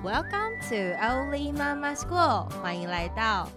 Welcome to Oli Mama School， 欢迎来到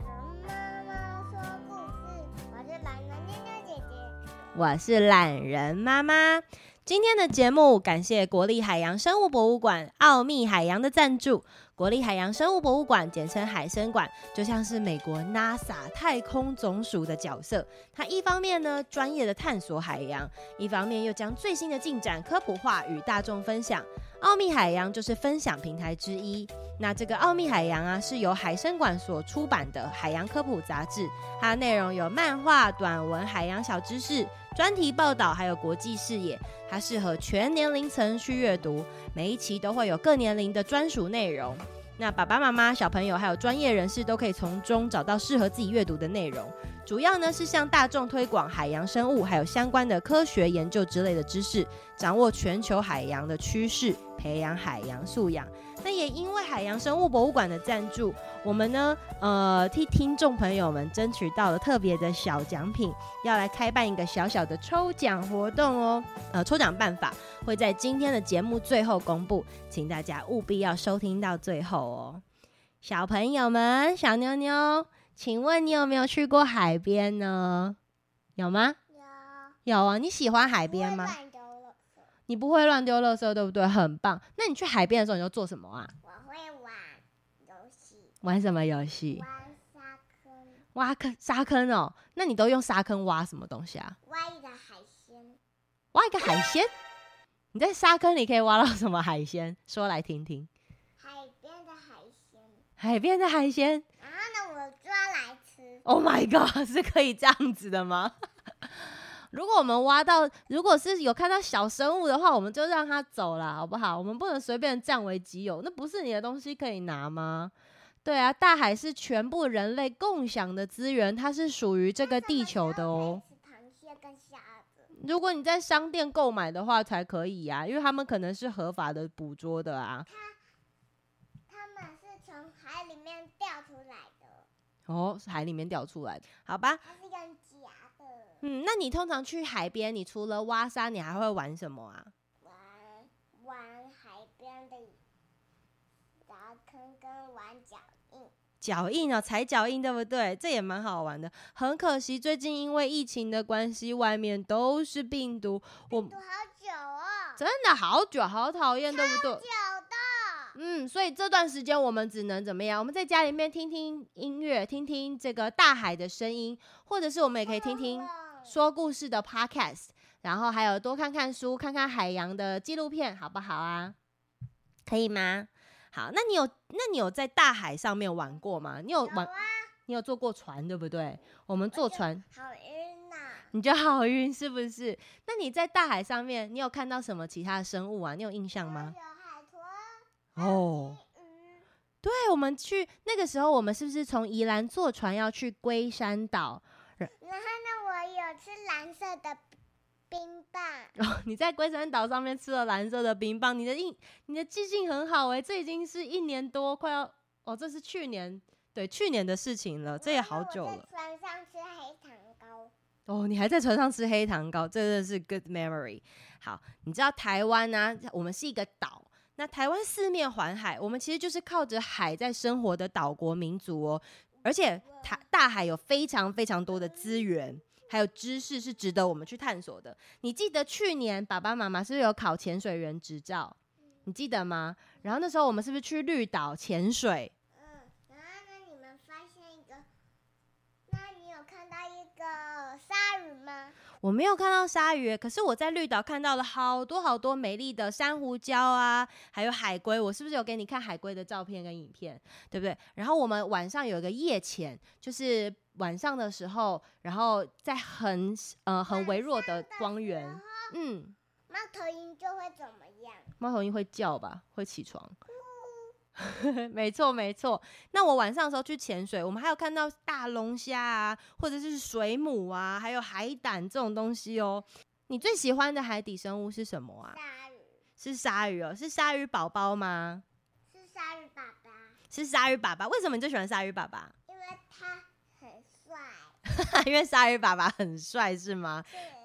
我是懒人妈妈。今天的节目感谢国立海洋生物博物馆奥秘海洋的赞助。国立海洋生物博物馆简称海生馆，就像是美国 NASA 太空总署的角色。它一方面呢专业的探索海洋，一方面又将最新的进展科普化与大众分享。奥秘海洋就是分享平台之一。那这个奥秘海洋啊，是由海生馆所出版的海洋科普杂志，它的内容有漫画、短文、海洋小知识、专题报道，还有国际视野。它适合全年龄层去阅读，每一期都会有各年龄的专属内容。那爸爸妈妈、小朋友还有专业人士都可以从中找到适合自己阅读的内容。主要呢是向大众推广海洋生物还有相关的科学研究之类的知识，掌握全球海洋的趋势，培养海洋素养。那也因为海洋生物博物馆的赞助，我们呢替听众朋友们争取到了特别的小奖品，要来开办一个小小的抽奖活动哦。抽奖办法会在今天的节目最后公布，请大家务必要收听到最后哦。小朋友们，小妞妞，请问你有没有去过海边呢？有吗？有啊。你喜欢海边吗？你不会乱丢垃圾，对不对？很棒。那你去海边的时候，你都做什么啊？ 我会玩游戏。 玩什么游戏？ 玩沙坑。 挖坑沙坑哦。那你都用沙坑挖什么东西啊？ 挖一个海鲜。 挖一个海鲜？你在沙坑里可以挖到什么海鲜？说来听听。 海边的海鲜。 海边的海鲜。 然后呢，我抓来吃。 Oh my god， 是可以这样子的吗？如果我们挖到，如果是有看到小生物的话，我们就让它走啦，好不好？我们不能随便占为己有，那不是你的东西可以拿吗？对啊，大海是全部人类共享的资源，它是属于这个地球的哦。 螃蟹跟虾子。 如果你在商店购买的话才可以啊，因为他们可能是合法的捕捉的啊。 他们是从海里面掉出来的。 哦，是海里面掉出来的，好吧？ 它是用夹的。 那你通常去海边，你除了挖沙，你还会玩什么啊？ 玩海边的沙坑跟玩脚印。 脚印哦，踩脚印对不对？这也蛮好玩的。很可惜，最近因为疫情的关系，外面都是病毒。 病毒好久哦， 真的好久，好讨厌，对不对？ 超久的。 所以这段时间我们只能怎么样？我们在家里面听听音乐，听听这个大海的声音，或者是我们也可以听听说故事的 podcast， 然后还有多看看书，看看海洋的纪录片，好不好啊？可以吗？好，那你有在大海上面玩过吗？你有玩？你有坐过船，对不对？我们坐船， 好晕啊！ 你觉得好晕是不是？那你在大海上面，你有看到什么其他的生物啊？你有印象吗？ 有海豚。 哦，对，我们去那个时候，我们是不是从宜兰坐船要去龟山岛？ 然后呢，我有吃蓝色的冰棒。 你在龟山岛上面吃了蓝色的冰棒，你的记性很好哎，这已经是1年多，快要这是去年的事情了，这也好久了。 我在船上吃黑糖糕。 你还在船上吃黑糖糕，这真的是 good memory。好，你知道台湾啊，我们是一个岛。那台湾四面环海，我们其实就是靠着海在生活的岛国民族哦。而且大海有非常非常多的资源，还有知识是值得我们去探索的。你记得去年爸爸妈妈是不是有考潜水员执照？你记得吗？然后那时候我们是不是去绿岛潜水？ 然后呢，你们发现一个，那你有看到一个鲨鱼吗？ 我没有看到鲨鱼，可是我在绿岛看到了好多好多美丽的珊瑚礁啊，还有海龟。我是不是有给你看海龟的照片跟影片，对不对？然后我们晚上有一个夜潜，就是晚上的时候，然后在很微弱的光源， 猫头鹰就会怎么样？ 猫头鹰会叫吧，会起床。没错没错。那我晚上的时候去潜水，我们还有看到大龙虾啊，或者是水母啊，还有海胆这种东西哦。你最喜欢的海底生物是什么啊？ 鲨鱼。 是鲨鱼哦。是鲨鱼宝宝吗？ 是鲨鱼爸爸。 是鲨鱼爸爸。为什么你最喜欢鲨鱼爸爸？ 因为他很帅。 因为鲨鱼爸爸很帅是吗？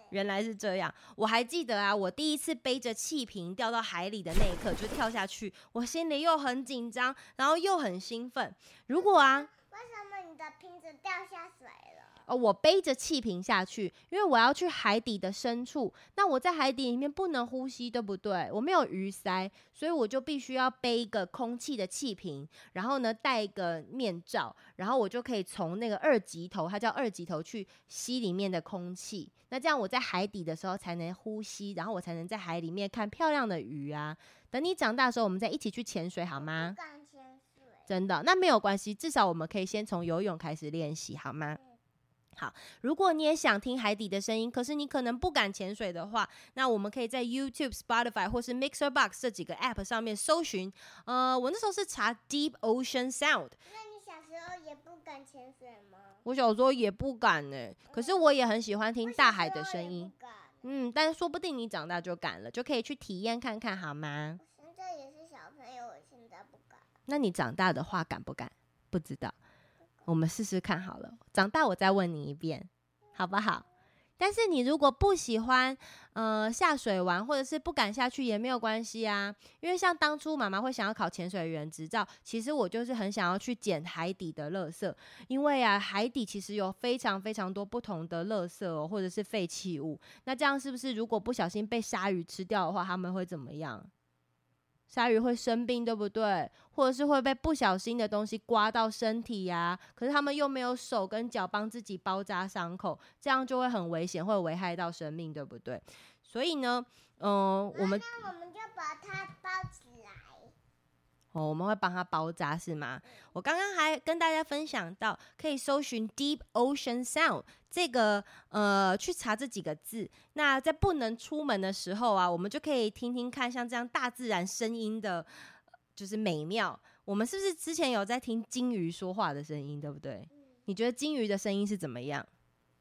原来是这样。我还记得啊，我第一次背着气瓶掉到海里的那一刻，就跳下去，我心里又很紧张，然后又很兴奋。如果啊， 为什么你的瓶子掉下水了？ 我背着气瓶下去，因为我要去海底的深处。那我在海底里面不能呼吸，对不对？我没有鱼鳃，所以我就必须要背一个空气的气瓶，然后呢戴一个面罩，然后我就可以从那个二级头，它叫二级头，去吸里面的空气。那这样我在海底的时候才能呼吸，然后我才能在海里面看漂亮的鱼啊。等你长大的时候，我们再一起去潜水好吗？ 不敢潜水。 真的，那没有关系，至少我们可以先从游泳开始练习，好吗？好，如果你也想听海底的声音，可是你可能不敢潜水的话，那我们可以在 YouTube、Spotify 或是 Mixerbox 这几个 App 上面搜寻。我那时候是查 Deep Ocean Sound。 那你小时候也不敢潜水吗？ 我小时候也不敢呢，可是我也很喜欢听大海的声音。但说不定你长大就敢了，就可以去体验看看，好吗？ 我现在也是小朋友，我现在不敢。 那你长大的话敢不敢？不知道。我们试试看好了，长大我再问你一遍，好不好？但是你如果不喜欢下水玩，或者是不敢下去也没有关系啊，因为像当初妈妈会想要考潜水员执照，其实我就是很想要去捡海底的垃圾，因为啊海底其实有非常非常多不同的垃圾或者是废弃物，那这样是不是如果不小心被鲨鱼吃掉的话，他们会怎么样？鲨鱼会生病，对不对？或者是会被不小心的东西刮到身体呀，可是他们又没有手跟脚帮自己包扎伤口，这样就会很危险，会危害到生命，对不对？所以呢，我们就把它包起来。 我们会帮它包扎，是吗？我刚刚还跟大家分享到，可以搜寻 Deep Ocean Sound 这个去查这几个字。那在不能出门的时候啊，我们就可以听听看像这样大自然声音的，就是美妙。我们是不是之前有在听鲸鱼说话的声音，对不对？你觉得鲸鱼的声音是怎么样？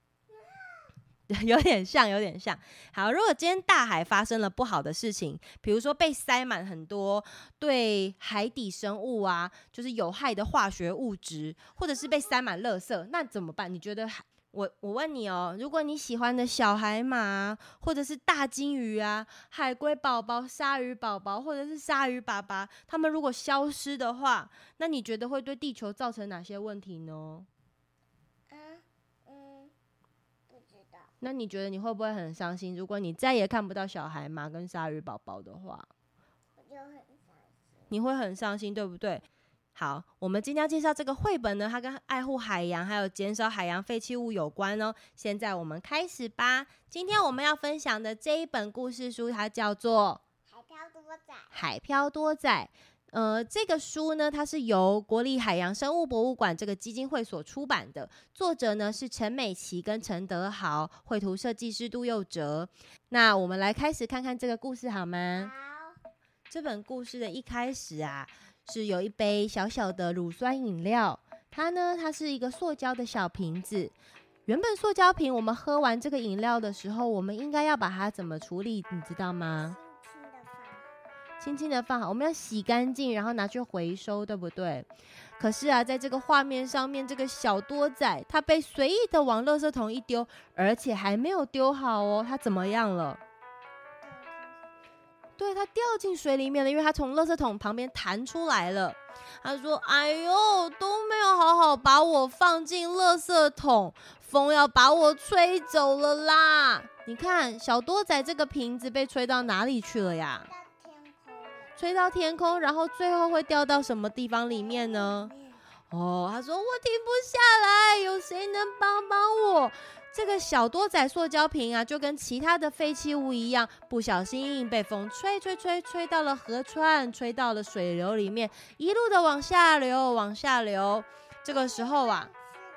有点像。好，如果今天大海发生了不好的事情，比如说被塞满很多对海底生物啊，就是有害的化学物质，或者是被塞满垃圾，那怎么办？你觉得我问你哦，如果你喜欢的小海马，或者是大金鱼啊、海龟宝宝、鲨鱼宝宝，或者是鲨鱼爸爸，他们如果消失的话，那你觉得会对地球造成哪些问题呢？那你觉得你会不会很伤心？如果你再也看不到小海马跟鲨鱼宝宝的话， 我就很伤心。 你会很伤心，对不对？好，我们今天要介绍这个绘本呢，它跟爱护海洋还有减少海洋废弃物有关哦。现在我们开始吧。今天我们要分享的这一本故事书，它叫做 《海漂多载》。 海漂多载。这个书呢，它是由国立海洋生物博物馆这个基金会所出版的，作者呢是陈美琪跟陈德豪，绘图设计师杜佑哲。那我们来开始看看这个故事好吗？ 好。 这本故事的一开始啊，是有一杯小小的乳酸饮料，它是一个塑胶的小瓶子。原本塑胶瓶我们喝完这个饮料的时候，我们应该要把它怎么处理，你知道吗？轻轻的放好，我们要洗干净，然后拿去回收，对不对？可是啊，在这个画面上面，这个小多仔他被随意的往垃圾桶一丢，而且还没有丢好哦，他怎么样了？对，他掉进水里面了，因为他从垃圾桶旁边弹出来了。他说：“哎呦，都没有好好把我放进垃圾桶，风要把我吹走了啦！你看，小多仔这个瓶子被吹到哪里去了呀？吹到天空，然后最后会掉到什么地方里面呢？他说我停不下来，有谁能帮帮我？这个小多仔塑胶瓶啊，就跟其他的废弃物一样，不小心被风吹到了河川，吹到了水流里面，一路的往下流。这个时候啊，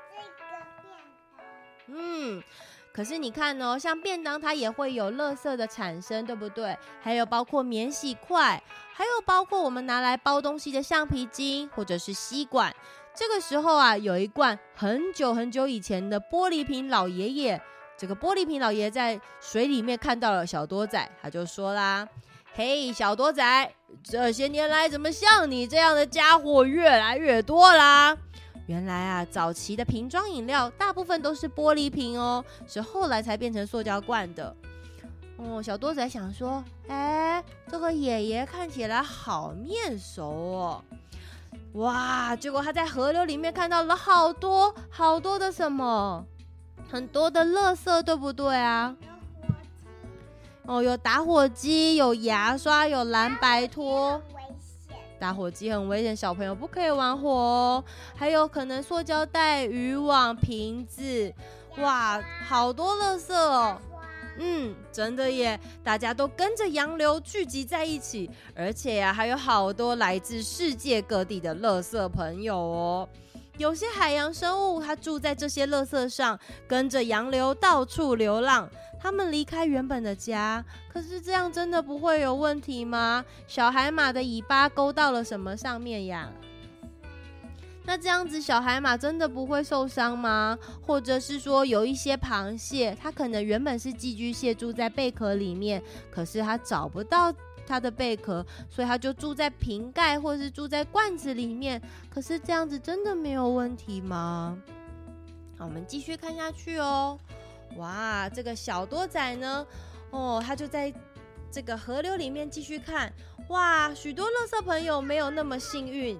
可是你看哦，像便当它也会有垃圾的产生，对不对？还有包括免洗筷，还有包括我们拿来包东西的橡皮筋或者是吸管。这个时候啊，有一罐很久很久以前的玻璃瓶老爷爷，这个玻璃瓶老爷爷在水里面看到了小多仔，他就说啦：“嘿，小多仔，这些年来怎么像你这样的家伙越来越多啦？ 原来啊，早期的瓶装饮料大部分都是玻璃瓶哦，是后来才变成塑胶罐的。小多仔想说，这个爷爷看起来好面熟哦。哇，结果他在河流里面看到了好多好多的什么，很多的垃圾，对不对啊？有打火机，有牙刷，有蓝白拖。打火机很危险，小朋友不可以玩火哦。还有可能塑胶袋、渔网、瓶子，哇，好多垃圾哦。真的耶，大家都跟着洋流聚集在一起，而且呀，还有好多来自世界各地的垃圾朋友哦。有些海洋生物它住在这些垃圾上，跟着洋流到处流浪。他们离开原本的家，可是这样真的不会有问题吗？小海马的尾巴勾到了什么上面呀？那这样子小海马真的不会受伤吗？或者是说有一些螃蟹，它可能原本是寄居蟹，住在贝壳里面，可是它找不到它的贝壳，所以它就住在瓶盖或是住在罐子里面。可是这样子真的没有问题吗？好，我们继续看下去哦。哇，这个小多仔呢，他就在这个河流里面继续看。哇，许多垃圾朋友没有那么幸运。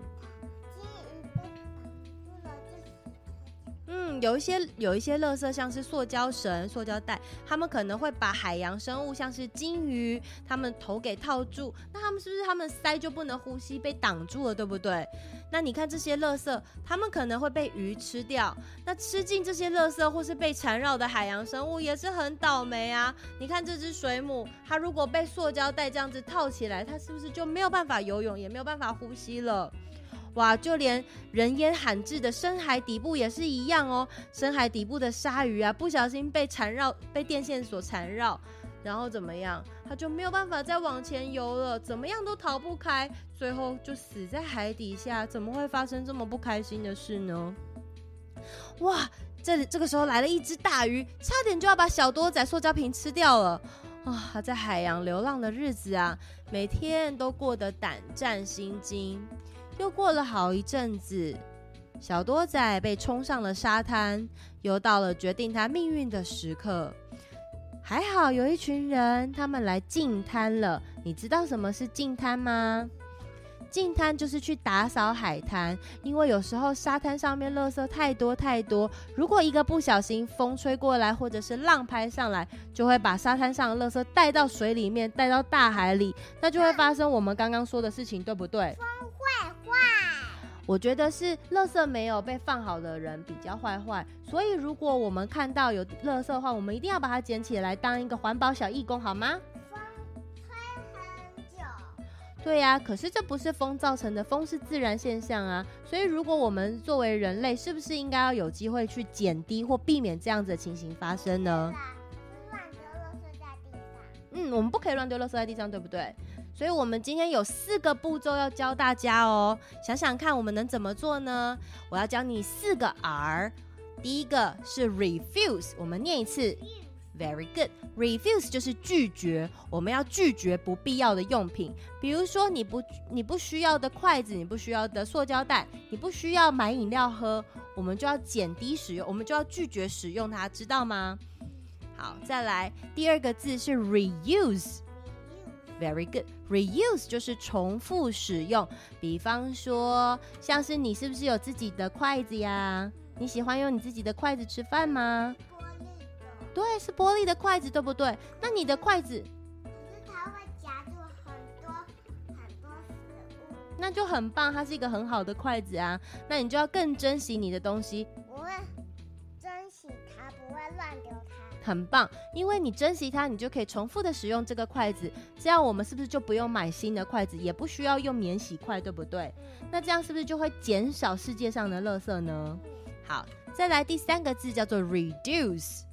有一些垃圾像是塑胶绳、塑胶袋，他们可能会把海洋生物像是金鱼，他们头给套住，那他们是不是他们鳃就不能呼吸，被挡住了，对不对？那你看这些垃圾，他们可能会被鱼吃掉，那吃进这些垃圾或是被缠绕的海洋生物也是很倒霉啊。你看这只水母，它如果被塑胶袋这样子套起来，它是不是就没有办法游泳，也没有办法呼吸了？哇，就连人烟罕至的深海底部也是一样哦。深海底部的鲨鱼啊，不小心被电线所缠绕，然后怎么样？它就没有办法再往前游了，怎么样都逃不开，最后就死在海底下。怎么会发生这么不开心的事呢？哇，这个时候来了一只大鱼，差点就要把小多仔塑胶瓶吃掉了。它在海洋流浪的日子啊，每天都过得胆战心惊。又过了好一阵子，小多仔被冲上了沙滩，又到了决定他命运的时刻。还好有一群人，他们来净滩了。你知道什么是净滩吗？净滩就是去打扫海滩，因为有时候沙滩上面垃圾太多，如果一个不小心风吹过来，或者是浪拍上来，就会把沙滩上的垃圾带到水里面，带到大海里，那就会发生我们刚刚说的事情，对不对？我觉得是垃圾没有被放好的人比较坏，所以如果我们看到有垃圾的话，我们一定要把它捡起来，当一个环保小义工，好吗？ 风吹很久。 对呀，可是这不是风造成的，风是自然现象啊。所以如果我们作为人类，是不是应该要有机会去减低或避免这样子的情形发生呢？ 乱丢垃圾在地上。 我们不可以乱丢垃圾在地上，对不对？所以我们今天有4个步骤要教大家哦，想想看我们能怎么做呢？我要教你4个 R。 第一个是 refuse， 我们念一次 Very good。 refuse 就是拒绝，我们要拒绝不必要的用品，比如说你不需要的筷子，你不需要的塑胶袋，你不需要买饮料喝，我们就要减低使用，我们就要拒绝使用它，知道吗？好，再来第2个字是 reuse。Very good， reuse 就是重复使用，比方说像是你是不是有自己的筷子呀？你喜欢用你自己的筷子吃饭吗？ 玻璃的。 对，是玻璃的筷子，对不对？那你的筷子， 可是它会夹住很多食物， 那就很棒，它是一个很好的筷子啊。那你就要更珍惜你的东西。 我会珍惜它，不会乱丢它。 很棒，因为你珍惜它，你就可以重复的使用这个筷子，这样我们是不是就不用买新的筷子，也不需要用免洗筷，对不对？那这样是不是就会减少世界上的垃圾呢？好，再来第3个字叫做 reduce。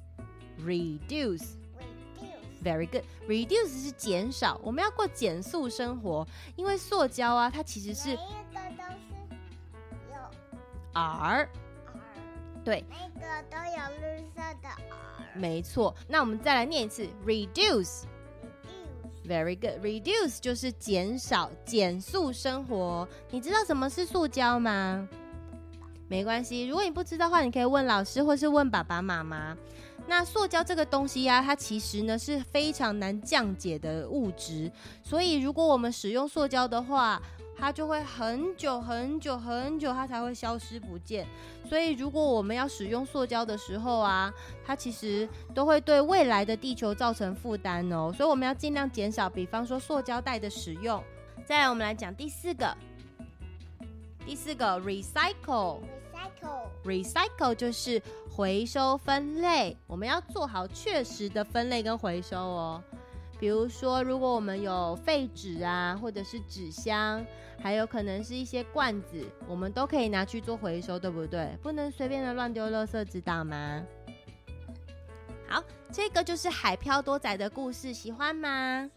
Very good， reduce 是减少，我们要过减速生活，因为塑胶啊，它其实是每一个都是有 R， 对， 每个都有绿色的 R。 没错，那我们再来念一次 reduce。Very good， reduce 就是减少、减速生活。你知道什么是塑胶吗？ 没关系，如果你不知道的话，你可以问老师或是问爸爸妈妈。那塑胶这个东西啊，它其实呢是非常难降解的物质，所以如果我们使用塑胶的话，它就会很久很久很久它才会消失不见。所以如果我们要使用塑胶的时候啊，它其实都会对未来的地球造成负担哦，所以我们要尽量减少，比方说塑胶袋的使用。再来我们来讲第四个 recycle 就是回收分类，我们要做好确实的分类跟回收哦。比如说如果我们有废纸啊，或者是纸箱，还有可能是一些罐子，我们都可以拿去做回收，对不对？不能随便的乱丢垃圾，知道吗？好，这个就是海漂多仔的故事，喜欢吗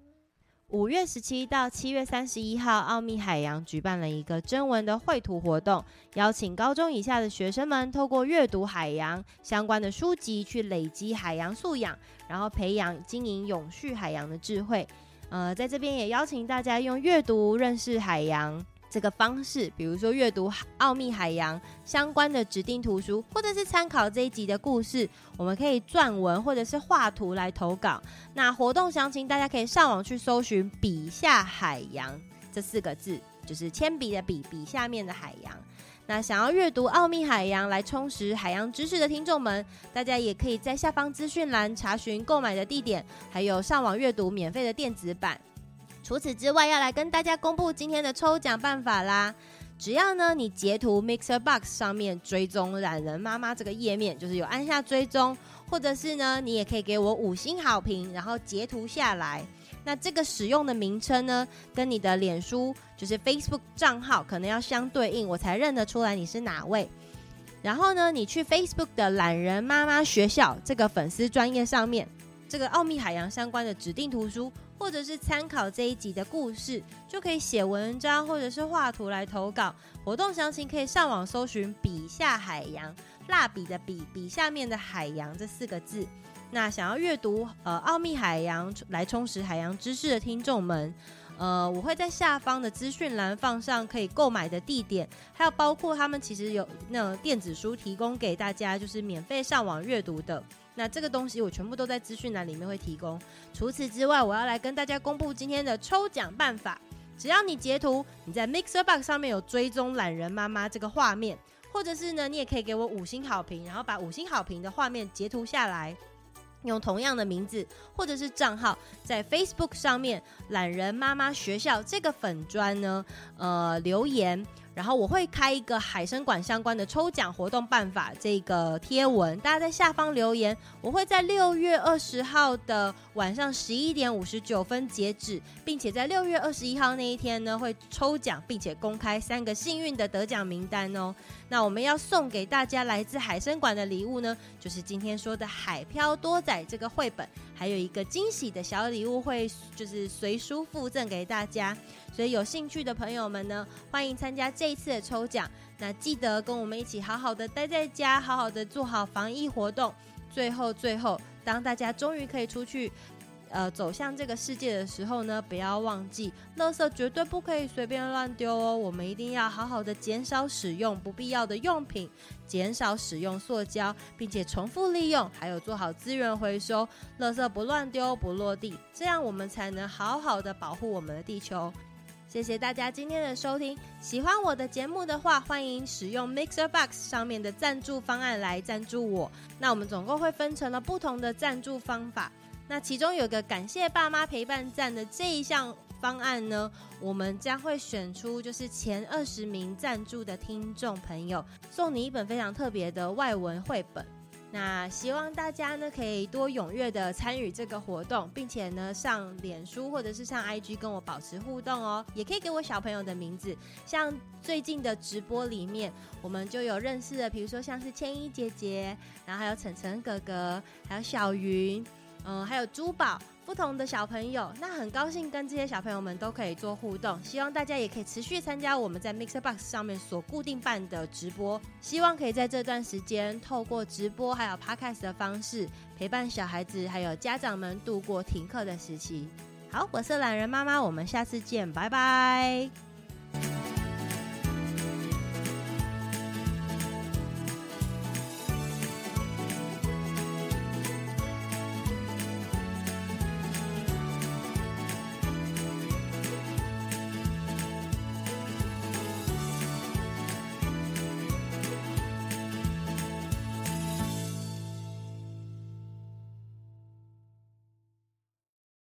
？5月17到7月31号，奥秘海洋举办了一个征文的绘图活动，邀请高中以下的学生们透过阅读海洋相关的书籍，去累积海洋素养，然后培养经营永续海洋的智慧。在这边也邀请大家用阅读认识海洋这个方式，比如说阅读奥秘海洋相关的指定图书，或者是参考这一集的故事，我们可以撰文或者是画图来投稿。那活动详情大家可以上网去搜寻笔下海洋这4个字，就是铅笔的笔，笔下面的海洋。那想要阅读奥秘海洋来充实海洋知识的听众们，大家也可以在下方资讯栏查询购买的地点，还有上网阅读免费的电子版。除此之外，要来跟大家公布今天的抽奖办法啦！只要呢你截图 Mixer Box 上面追踪懒人妈妈这个页面，就是有按下追踪，或者是呢你也可以给我5星好评，然后截图下来。那这个使用的名称呢，跟你的脸书就是 Facebook 账号可能要相对应，我才认得出来你是哪位。然后呢，你去 Facebook 的懒人妈妈学校这个粉丝专页上面，这个奥秘海洋相关的指定图书，或者是参考这一集的故事，就可以写文章或者是画图来投稿。活动详情可以上网搜寻笔下海洋，蜡笔的笔，笔下面的海洋这4个字。那想要阅读奥秘海洋来充实海洋知识的听众们，我会在下方的资讯栏放上可以购买的地点，还有包括他们其实有那种电子书提供给大家，就是免费上网阅读的。那这个东西我全部都在资讯栏里面会提供。除此之外，我要来跟大家公布今天的抽奖办法。只要你截图你在 Mixer Box 上面有追踪懒人妈妈这个画面，或者是呢你也可以给我5星好评，然后把5星好评的画面截图下来，用同样的名字或者是账号在 Facebook 上面懒人妈妈学校这个粉专呢留言，然后我会开一个海生馆相关的抽奖活动办法这个贴文，大家在下方留言，我会在6月20号的晚上11点59分截止，并且在6月21号那一天呢会抽奖，并且公开3个幸运的得奖名单哦。那我们要送给大家来自海生馆的礼物呢，就是今天说的海漂多仔这个绘本，还有一个惊喜的小礼物会就是随书附赠给大家，所以有兴趣的朋友们呢，欢迎参加这一次的抽奖。那记得跟我们一起好好的待在家，好好的做好防疫活动。最后当大家终于可以出去走向这个世界的时候呢，不要忘记垃圾绝对不可以随便乱丢哦，我们一定要好好的减少使用不必要的用品，减少使用塑胶，并且重复利用，还有做好资源回收，垃圾不乱丢不落地，这样我们才能好好的保护我们的地球。谢谢大家今天的收听，喜欢我的节目的话，欢迎使用 Mixer Box 上面的赞助方案来赞助我。那我们总共会分成了不同的赞助方法，那其中有个感谢爸妈陪伴赞的这一项方案呢，我们将会选出就是前20名赞助的听众朋友，送你一本非常特别的外文绘本。那希望大家呢可以多踊跃的参与这个活动，并且呢上脸书或者是上 IG 跟我保持互动哦，也可以给我小朋友的名字，像最近的直播里面我们就有认识的，比如说像是千一姐姐，然后还有晨晨哥哥，还有小云，还有珠宝，不同的小朋友，那很高兴跟这些小朋友们都可以做互动，希望大家也可以持续参加我们在 Mixer Box 上面所固定办的直播，希望可以在这段时间透过直播还有 Podcast 的方式陪伴小孩子还有家长们度过停课的时期。好，我是懒人妈妈，我们下次见，拜拜。